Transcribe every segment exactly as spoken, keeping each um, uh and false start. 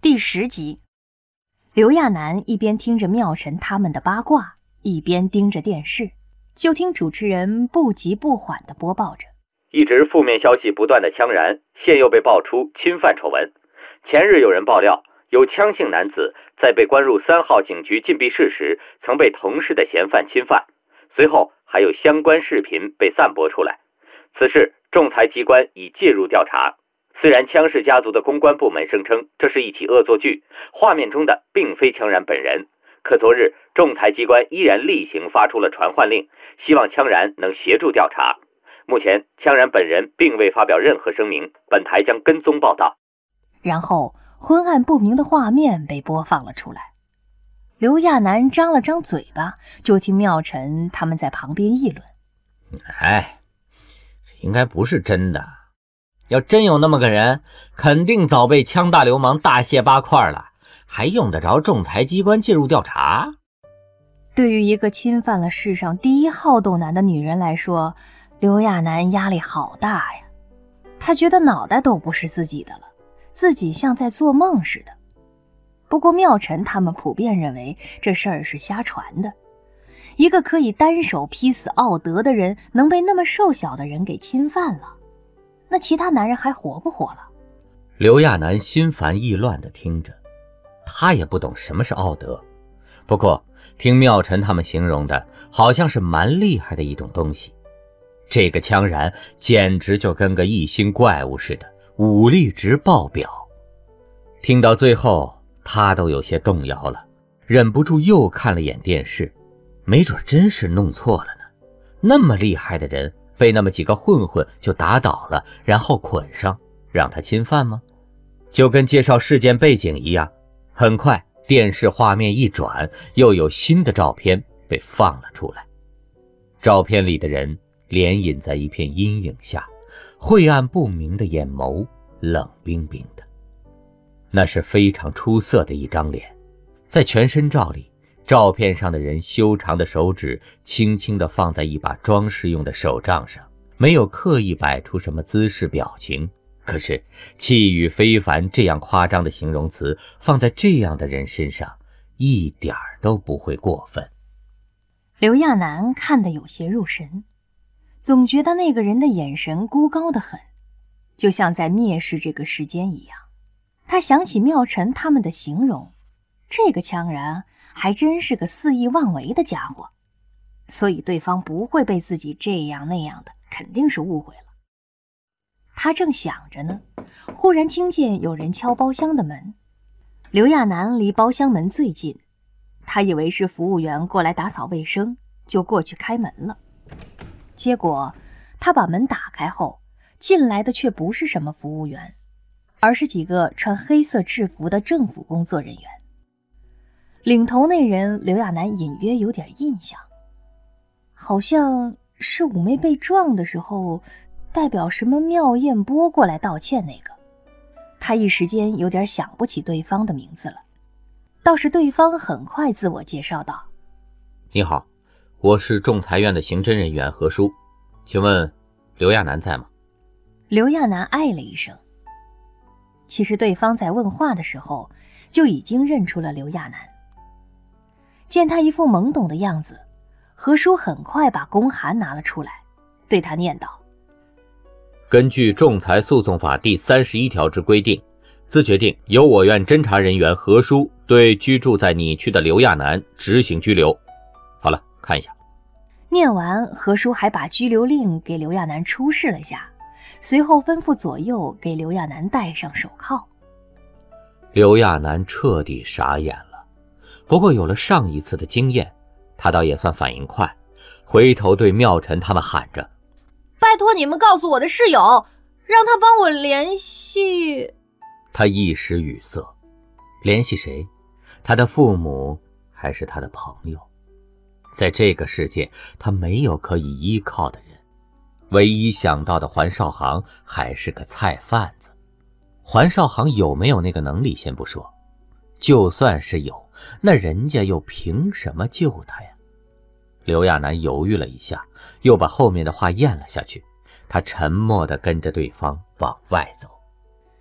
第十集，刘亚楠一边听着妙晨他们的八卦，一边盯着电视，就听主持人不急不缓地播报着。 一直负面消息不断的羌然，现又被爆出侵犯丑闻。前日有人爆料，有羌姓男子在被关入三号警局禁闭室时，曾被同事的嫌犯侵犯。随后还有相关视频被散播出来。此事仲裁机关已介入调查。虽然羌氏家族的公关部门声称这是一起恶作剧，画面中的并非羌然本人，可昨日仲裁机关依然例行发出了传唤令，希望羌然能协助调查。目前羌然本人并未发表任何声明，本台将跟踪报道。 然后昏暗不明的画面被播放了出来。刘亚楠张了张嘴巴，就听妙晨他们在旁边议论： 哎，应该不是真的，要真有那么个人，肯定早被羌大流氓大卸八块了，还用得着仲裁机关介入调查？ 对于一个侵犯了世上第一好斗男的女人来说，刘亚楠压力好大呀。她觉得脑袋都不是自己的了，自己像在做梦似的。不过妙晨他们普遍认为这事儿是瞎传的，一个可以单手劈死奥德的人，能被那么瘦小的人给侵犯了，那其他男人还活不活了？ 刘亚楠心烦意乱地听着，他也不懂什么是奥德，不过听妙晨他们形容的好像是蛮厉害的一种东西。这个羌然简直就跟个异星怪物似的，武力值爆表。听到最后他都有些动摇了，忍不住又看了眼电视，没准真是弄错了呢。那么厉害的人被那么几个混混就打倒了，然后捆上让他侵犯吗？就跟介绍事件背景一样，很快电视画面一转，又有新的照片被放了出来。照片里的人脸隐在一片阴影下，晦暗不明的眼眸冷冰冰的。那是非常出色的一张脸，在全身照里，照片上的人修长的手指轻轻地放在一把装饰用的手杖上，没有刻意摆出什么姿势表情，可是气宇非凡这样夸张的形容词放在这样的人身上一点儿都不会过分。 刘亚楠看得有些入神，总觉得那个人的眼神孤高得很，就像在蔑视这个世间一样。他想起妙晨他们的形容，这个羌然还真是个肆意妄为的家伙，所以对方不会被自己这样那样的，肯定是误会了。他正想着呢，忽然听见有人敲包厢的门。刘亚楠离包厢门最近，他以为是服务员过来打扫卫生，就过去开门了。结果他把门打开后，进来的却不是什么服务员，而是几个穿黑色制服的政府工作人员。领头那人刘亚楠隐约有点印象，好像是五妹被撞的时候代表什么妙艳波过来道歉那个。他一时间有点想不起对方的名字了，倒是对方很快自我介绍道： 你好，我是仲裁院的刑侦人员何叔，请问刘亚楠在吗？ 刘亚楠哎了一声。其实对方在问话的时候就已经认出了刘亚楠。见他一副懵懂的样子，何叔很快把公函拿了出来，对他念道： 根据仲裁诉讼法第三十一条之规定，自决定由我院侦查人员何叔对居住在你区的刘亚楠执行拘留。好了，看一下。 念完，何叔还把拘留令给刘亚楠出示了下，随后吩咐左右给刘亚楠戴上手铐。 刘亚楠彻底傻眼了，不过有了上一次的经验，他倒也算反应快，回头对妙晨他们喊着： 拜托你们告诉我的室友，让他帮我联系。 他一时语塞，联系谁？他的父母还是他的朋友？在这个世界，他没有可以依靠的人，唯一想到的环少航还是个菜贩子。环少航有没有那个能力先不说，就算是有，那人家又凭什么救他呀？刘亚楠犹豫了一下，又把后面的话咽了下去，他沉默地跟着对方往外走。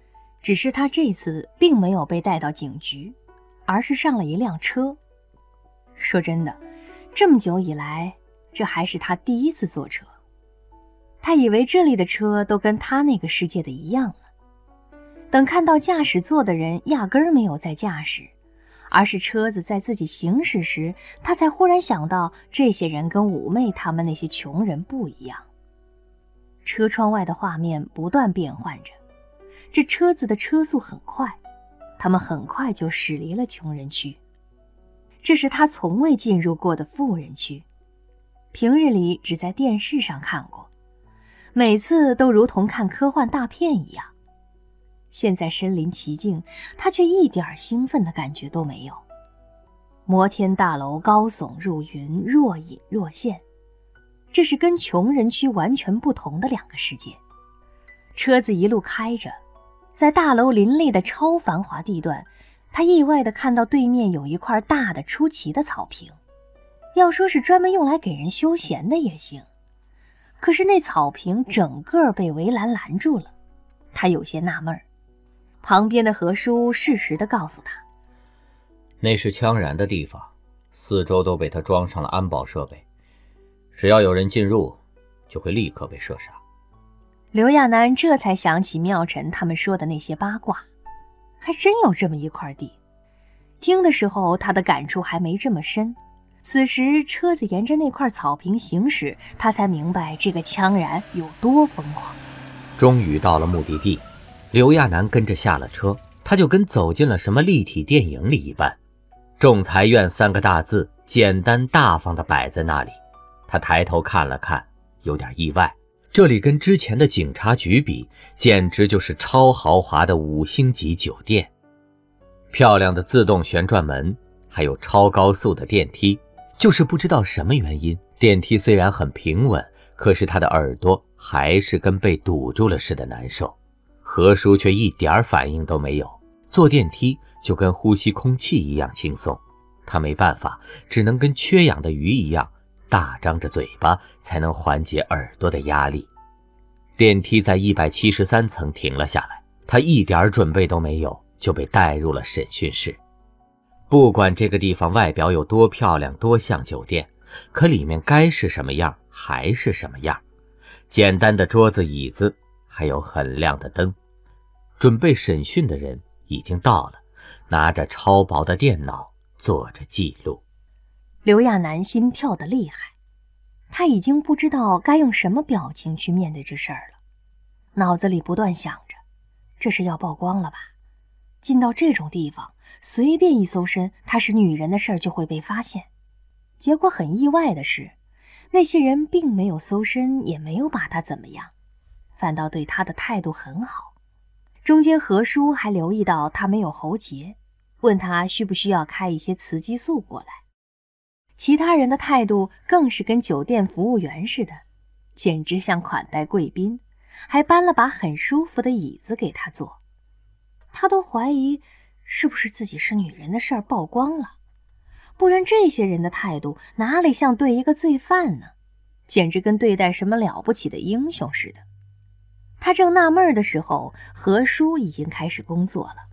只是他这次并没有被带到警局，而是上了一辆车。说真的，这么久以来，这还是他第一次坐车。他以为这里的车都跟他那个世界的一样呢。等看到驾驶座的人压根儿没有在驾驶，而是车子在自己行驶时，他才忽然想到，这些人跟五妹他们那些穷人不一样。车窗外的画面不断变换着，这车子的车速很快，他们很快就驶离了穷人区。这是他从未进入过的富人区，平日里只在电视上看过，每次都如同看科幻大片一样。现在身临其境，他却一点兴奋的感觉都没有。摩天大楼高耸入云，若隐若现，这是跟穷人区完全不同的两个世界。车子一路开着，在大楼林立的超繁华地段，他意外地看到对面有一块大的出奇的草坪，要说是专门用来给人休闲的也行，可是那草坪整个被围栏拦住了。他有些纳闷儿。旁边的何叔适时地告诉他， 那是枪燃的地方，四周都被他装上了安保设备，只要有人进入，就会立刻被射杀。 刘亚楠这才想起妙晨他们说的那些八卦，还真有这么一块地。听的时候他的感触还没这么深，此时车子沿着那块草坪行驶，他才明白这个枪燃有多疯狂。 终于到了目的地，刘亚楠跟着下了车，他就跟走进了什么立体电影里一般。仲裁院三个大字简单大方地摆在那里，他抬头看了看，有点意外，这里跟之前的警察局比，简直就是超豪华的五星级酒店。漂亮的自动旋转门，还有超高速的电梯，就是不知道什么原因，电梯虽然很平稳，可是他的耳朵还是跟被堵住了似的难受。何叔却一点反应都没有，坐电梯就跟呼吸空气一样轻松。他没办法，只能跟缺氧的鱼一样，大张着嘴巴才能缓解耳朵的压力。电梯在一百七十三层停了下来，他一点准备都没有，就被带入了审讯室。不管这个地方外表有多漂亮，多像酒店，可里面该是什么样还是什么样。简单的桌子椅子，还有很亮的灯。准备审讯的人已经到了，拿着超薄的电脑做着记录。 刘亚楠心跳得厉害，他已经不知道该用什么表情去面对这事儿了，脑子里不断想着，这是要曝光了吧？进到这种地方，随便一搜身，她是女人的事儿就会被发现。结果很意外的是，那些人并没有搜身，也没有把她怎么样，反倒对她的态度很好。中间何叔还留意到她没有喉结，问她需不需要开一些雌激素过来。其他人的态度更是跟酒店服务员似的，简直像款待贵宾，还搬了把很舒服的椅子给她坐。她都怀疑是不是自己是女人的事儿曝光了，不然这些人的态度哪里像对一个罪犯呢？简直跟对待什么了不起的英雄似的。他正纳闷的时候，何叔已经开始工作了。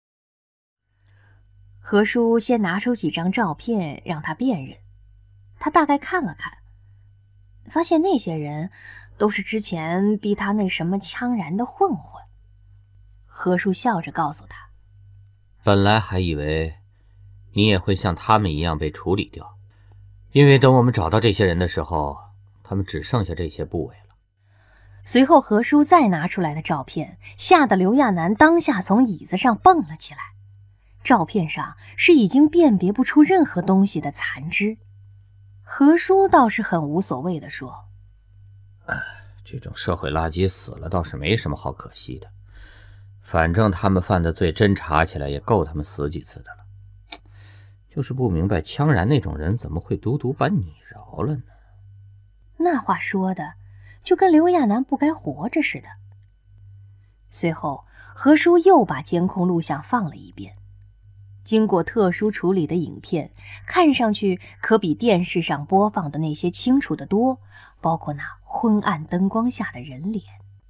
何叔先拿出几张照片让他辨认，他大概看了看，发现那些人都是之前逼他那什么枪燃的混混。何叔笑着告诉他， 本来还以为你也会像他们一样被处理掉，因为等我们找到这些人的时候，他们只剩下这些部位了。 随后何叔再拿出来的照片，吓得刘亚楠当下从椅子上蹦了起来。照片上是已经辨别不出任何东西的残肢。何叔倒是很无所谓地说， 哎，这种社会垃圾死了倒是没什么好可惜的，反正他们犯的罪真查起来也够他们死几次的了。就是不明白枪燃那种人怎么会独独把你饶了呢？ 那话说的就跟刘亚楠不该活着似的。随后何叔又把监控录像放了一遍，经过特殊处理的影片看上去可比电视上播放的那些清楚得多，包括那昏暗灯光下的人脸。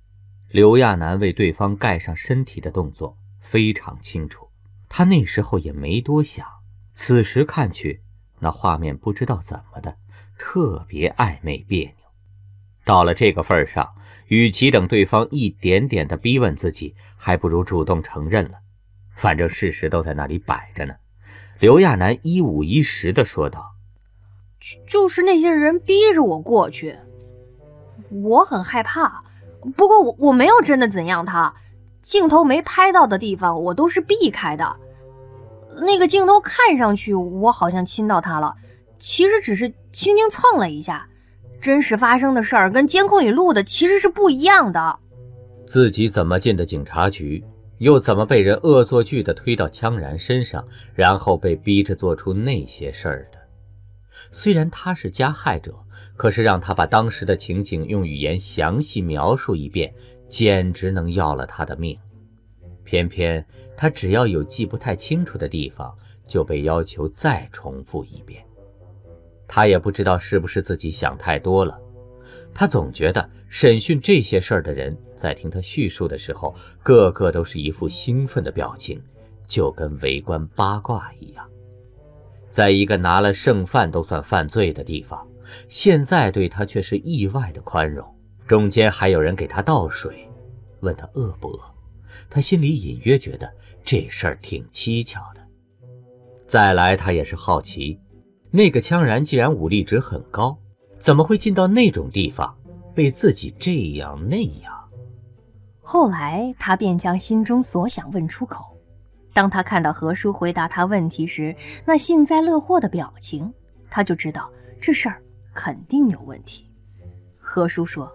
刘亚楠为对方盖上身体的动作非常清楚，他那时候也没多想，此时看去，那画面不知道怎么的，特别暧昧别扭。到了这个份上，与其等对方一点点的逼问自己，还不如主动承认了。反正事实都在那里摆着呢。刘亚楠一五一十地说道： 就是那些人逼着我过去，我很害怕，不过我我没有真的怎样他，镜头没拍到的地方我都是避开的。那个镜头看上去我好像亲到他了，其实只是轻轻蹭了一下，真实发生的事儿跟监控里录的其实是不一样的。 自己怎么进的警察局，又怎么被人恶作剧地推到羌然身上，然后被逼着做出那些事儿的。虽然他是加害者，可是让他把当时的情景用语言详细描述一遍，简直能要了他的命。偏偏他只要有记不太清楚的地方，就被要求再重复一遍。他也不知道是不是自己想太多了，他总觉得审讯这些事儿的人在听他叙述的时候，个个都是一副兴奋的表情，就跟围观八卦一样。在一个拿了剩饭都算犯罪的地方，现在对他却是意外的宽容，中间还有人给他倒水，问他饿不饿。他心里隐约觉得这事儿挺蹊跷的。再来，他也是好奇，那个羌然既然武力值很高，怎么会进到那种地方，被自己这样那样？ 后来他便将心中所想问出口。当他看到何叔回答他问题时，那幸灾乐祸的表情，他就知道这事儿肯定有问题。何叔说：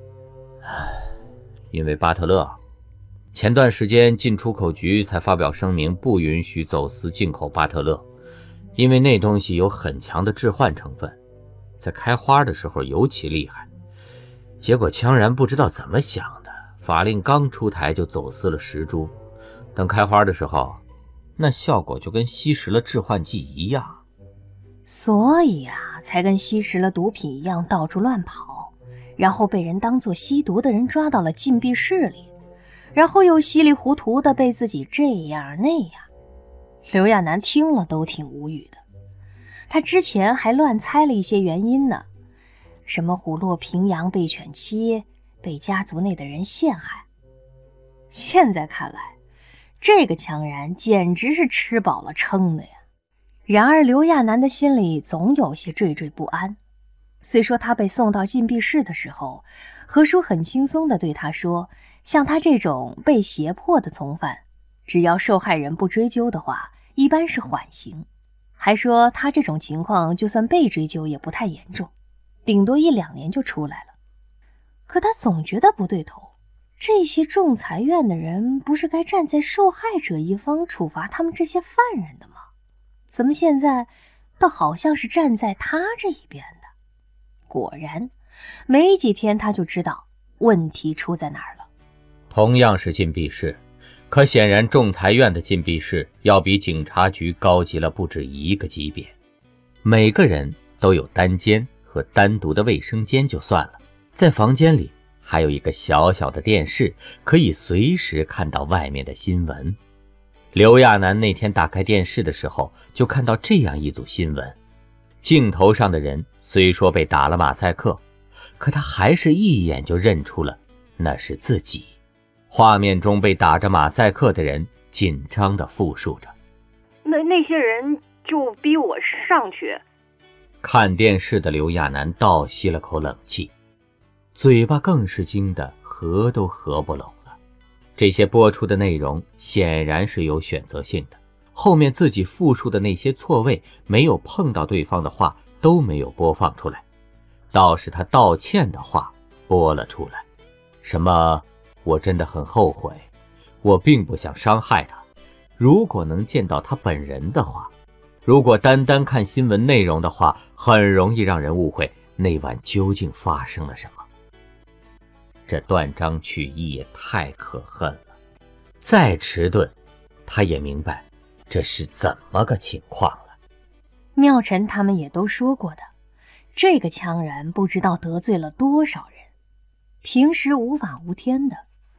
因为巴特勒前段时间进出口局才发表声明，不允许走私进口巴特勒，因为那东西有很强的致幻成分，在开花的时候尤其厉害。结果羌然不知道怎么想的，法令刚出台就走私了十株，等开花的时候，那效果就跟吸食了致幻剂一样。 所以啊，才跟吸食了毒品一样到处乱跑，然后被人当作吸毒的人抓到了禁闭室里，然后又稀里糊涂的被自己这样那样。刘亚楠听了都挺无语的，他之前还乱猜了一些原因呢，什么虎落平阳被犬欺，被家族内的人陷害。现在看来，这个羌然简直是吃饱了撑的呀。然而刘亚楠的心里总有些惴惴不安。虽说他被送到禁闭室的时候，何叔很轻松地对他说，像他这种被胁迫的从犯，只要受害人不追究的话，一般是缓刑，还说他这种情况就算被追究也不太严重，顶多一两年就出来了。可他总觉得不对头，这些仲裁院的人不是该站在受害者一方处罚他们这些犯人的吗？怎么现在倒好像是站在他这一边的？果然，没几天他就知道问题出在哪儿了。 同样是禁闭室，可显然仲裁院的禁闭室要比警察局高级了不止一个级别。每个人都有单间和单独的卫生间就算了，在房间里还有一个小小的电视，可以随时看到外面的新闻。刘亚楠那天打开电视的时候，就看到这样一组新闻。镜头上的人虽说被打了马赛克，可他还是一眼就认出了那是自己。画面中被打着马赛克的人紧张地复述着： 那那些人就逼我上去。 看电视的刘亚楠倒吸了口冷气，嘴巴更是惊得合都合不拢了。这些播出的内容显然是有选择性的，后面自己复述的那些错位没有碰到对方的话都没有播放出来，倒是他道歉的话播了出来。什么我真的很后悔，我并不想伤害他，如果能见到他本人的话，如果单单看新闻内容的话，很容易让人误会那晚究竟发生了什么。这断章取义也太可恨了，再迟钝他也明白这是怎么个情况了。 妙晨他们也都说过的，这个羌然不知道得罪了多少人，平时无法无天的，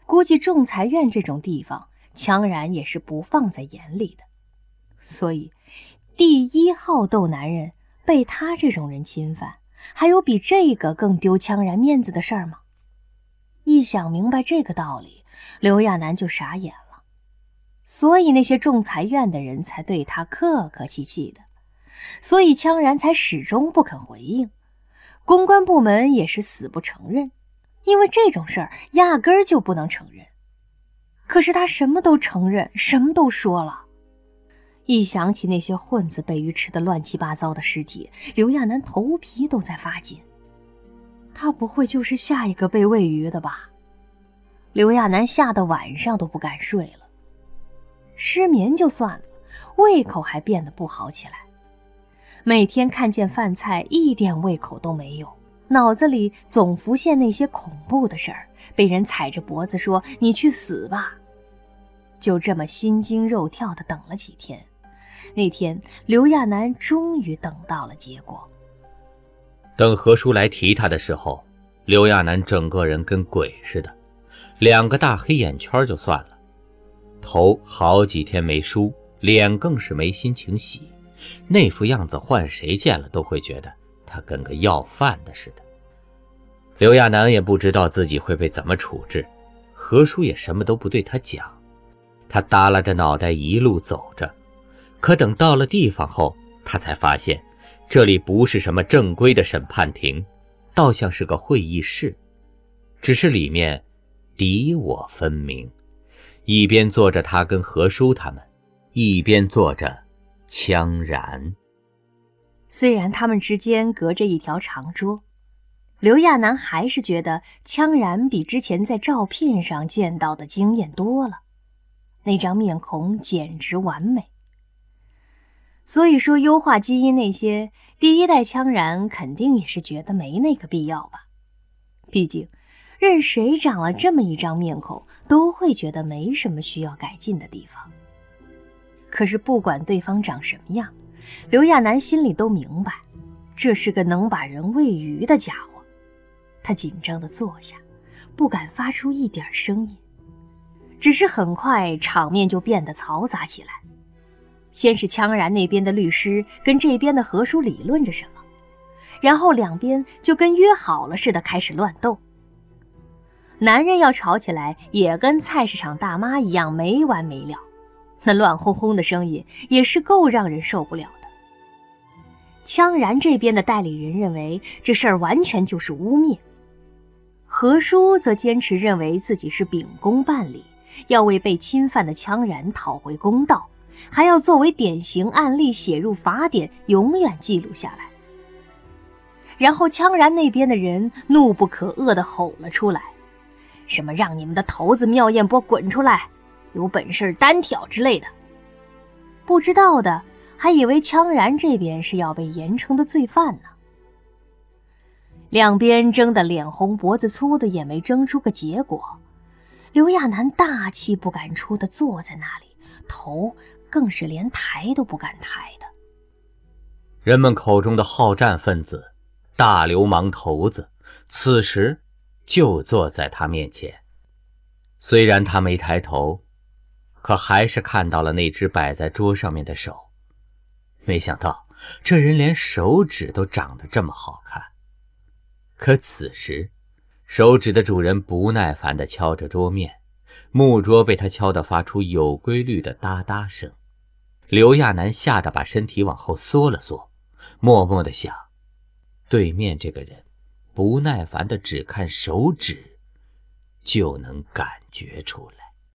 估计仲裁院这种地方，羌然也是不放在眼里的。所以，第一好斗男人被他这种人侵犯，还有比这个更丢羌然面子的事儿吗？一想明白这个道理，刘亚楠就傻眼了。所以那些仲裁院的人才对他客客气气的，所以羌然才始终不肯回应。公关部门也是死不承认，因为这种事儿压根儿就不能承认。可是他什么都承认，什么都说了。一想起那些混子被鱼吃得乱七八糟的尸体，刘亚楠头皮都在发紧。他不会就是下一个被喂鱼的吧？刘亚楠吓得晚上都不敢睡了。失眠就算了，胃口还变得不好起来。每天看见饭菜一点胃口都没有，脑子里总浮现那些恐怖的事儿，被人踩着脖子说你去死吧。就这么心惊肉跳地等了几天，那天刘亚楠终于等到了结果。 等何叔来提他的时候，刘亚楠整个人跟鬼似的，两个大黑眼圈就算了，头好几天没梳，脸更是没心情洗，那副样子换谁见了都会觉得他跟个要饭的似的。刘亚楠也不知道自己会被怎么处置，何叔也什么都不对他讲，他耷拉着脑袋一路走着。可等到了地方后，他才发现这里不是什么正规的审判庭，倒像是个会议室，只是里面敌我分明，一边坐着他跟何叔他们，一边坐着羌然。 虽然他们之间隔着一条长桌，刘亚楠还是觉得羌然比之前在照片上见到的惊艳多了，那张面孔简直完美。所以说优化基因那些第一代羌然肯定也是觉得没那个必要吧，毕竟任谁长了这么一张面孔都会觉得没什么需要改进的地方。可是不管对方长什么样，刘亚楠心里都明白，这是个能把人喂鱼的家伙。他紧张地坐下，不敢发出一点声音。只是很快场面就变得嘈杂起来。先是羌然那边的律师跟这边的何叔理论着什么，然后两边就跟约好了似的开始乱斗。男人要吵起来也跟菜市场大妈一样没完没了，那乱哄哄的声音也是够让人受不了的。羌然这边的代理人认为这事儿完全就是污蔑，何叔则坚持认为自己是秉公办理，要为被侵犯的羌然讨回公道，还要作为典型案例写入法典，永远记录下来。然后羌然那边的人怒不可遏地吼了出来，什么让你们的头子妙艳波滚出来，有本事单挑之类的。不知道的还以为羌然这边是要被严惩的罪犯呢。两边争得脸红脖子粗的也没争出个结果，刘亚楠大气不敢出的坐在那里，头更是连抬都不敢抬的。 人们口中的好战分子、大流氓头子，此时就坐在他面前。虽然他没抬头，可还是看到了那只摆在桌上面的手。没想到这人连手指都长得这么好看。可此时手指的主人不耐烦地敲着桌面，木桌被他敲得发出有规律的哒哒声。刘亚楠吓得把身体往后缩了缩，默默地想，对面这个人不耐烦地只看手指，就能感觉出来。